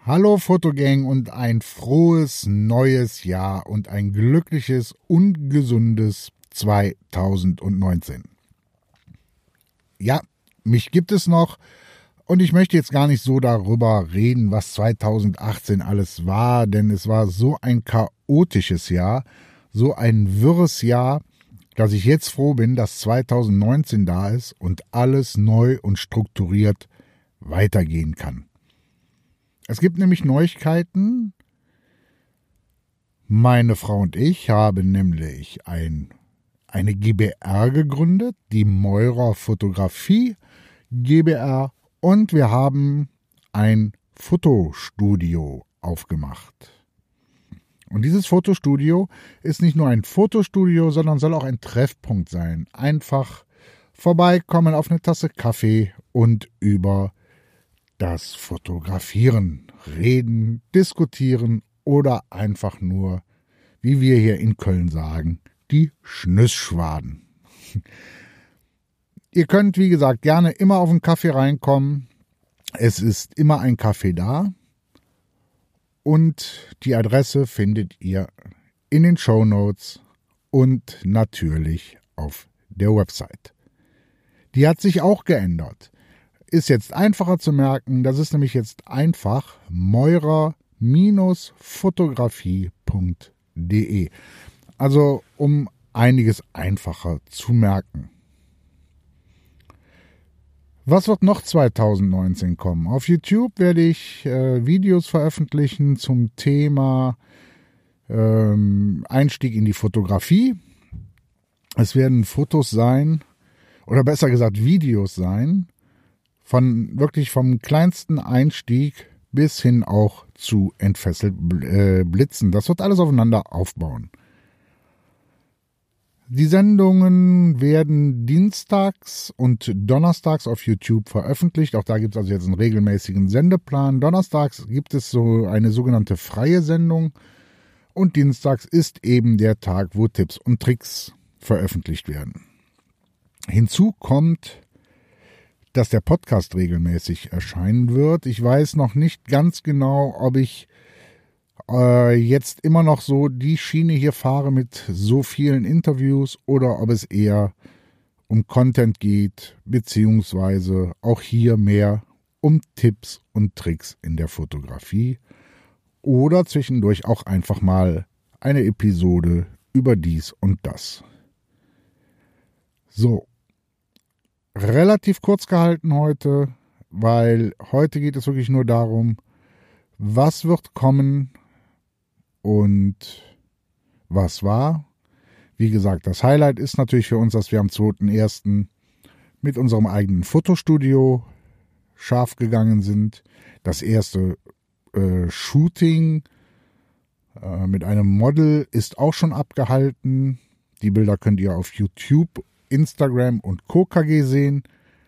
Hallo Fotogang und ein frohes neues Jahr und ein glückliches und gesundes 2019. Ja, mich gibt es noch und ich möchte jetzt gar nicht so darüber reden, was 2018 alles war, denn es war so ein chaotisches Jahr, so ein wirres Jahr, dass ich jetzt froh bin, dass 2019 da ist und alles neu und strukturiert weitergehen kann. Es gibt nämlich Neuigkeiten. Meine Frau und ich haben nämlich eine GbR gegründet, die Meurer Fotografie GbR, und wir haben ein Fotostudio aufgemacht. Und dieses Fotostudio ist nicht nur ein Fotostudio, sondern soll auch ein Treffpunkt sein. Einfach vorbeikommen auf eine Tasse Kaffee und über das Fotografieren, Reden, Diskutieren oder einfach nur, wie wir hier in Köln sagen, die Schnüssschwaden. Ihr könnt, wie gesagt, gerne immer auf einen Kaffee reinkommen. Es ist immer ein Kaffee da. Und die Adresse findet ihr in den Shownotes und natürlich auf der Website. Die hat sich auch geändert. Ist jetzt einfacher zu merken, das ist nämlich jetzt einfach meurer-fotografie.de. Also um einiges einfacher zu merken. Was wird noch 2019 kommen? Auf YouTube werde ich Videos veröffentlichen zum Thema Einstieg in die Fotografie. Es werden Fotos sein, oder besser gesagt Videos sein, wirklich vom kleinsten Einstieg bis hin auch zu entfesselt Blitzen. Das wird alles aufeinander aufbauen. Die Sendungen werden dienstags und donnerstags auf YouTube veröffentlicht. Auch da gibt es also jetzt einen regelmäßigen Sendeplan. Donnerstags gibt es so eine sogenannte freie Sendung. Und dienstags ist eben der Tag, wo Tipps und Tricks veröffentlicht werden. Hinzu kommt, dass der Podcast regelmäßig erscheinen wird. Ich weiß noch nicht ganz genau, ob ich jetzt immer noch so die Schiene hier fahre mit so vielen Interviews oder ob es eher um Content geht, beziehungsweise auch hier mehr um Tipps und Tricks in der Fotografie oder zwischendurch auch einfach mal eine Episode über dies und das. So. Relativ kurz gehalten heute, weil heute geht es wirklich nur darum, was wird kommen und was war. Wie gesagt, das Highlight ist natürlich für uns, dass wir am 2.1. mit unserem eigenen Fotostudio scharf gegangen sind. Das erste Shooting mit einem Model ist auch schon abgehalten. Die Bilder könnt ihr auf YouTube, Instagram und KKG sehen.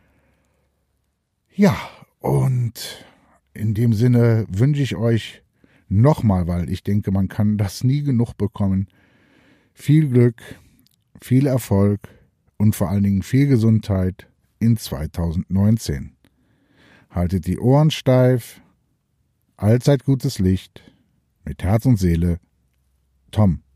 Ja, und in dem Sinne wünsche ich euch nochmal, weil ich denke, man kann das nie genug bekommen, viel Glück, viel Erfolg und vor allen Dingen viel Gesundheit in 2019. Haltet die Ohren steif, allzeit gutes Licht, mit Herz und Seele, Tom.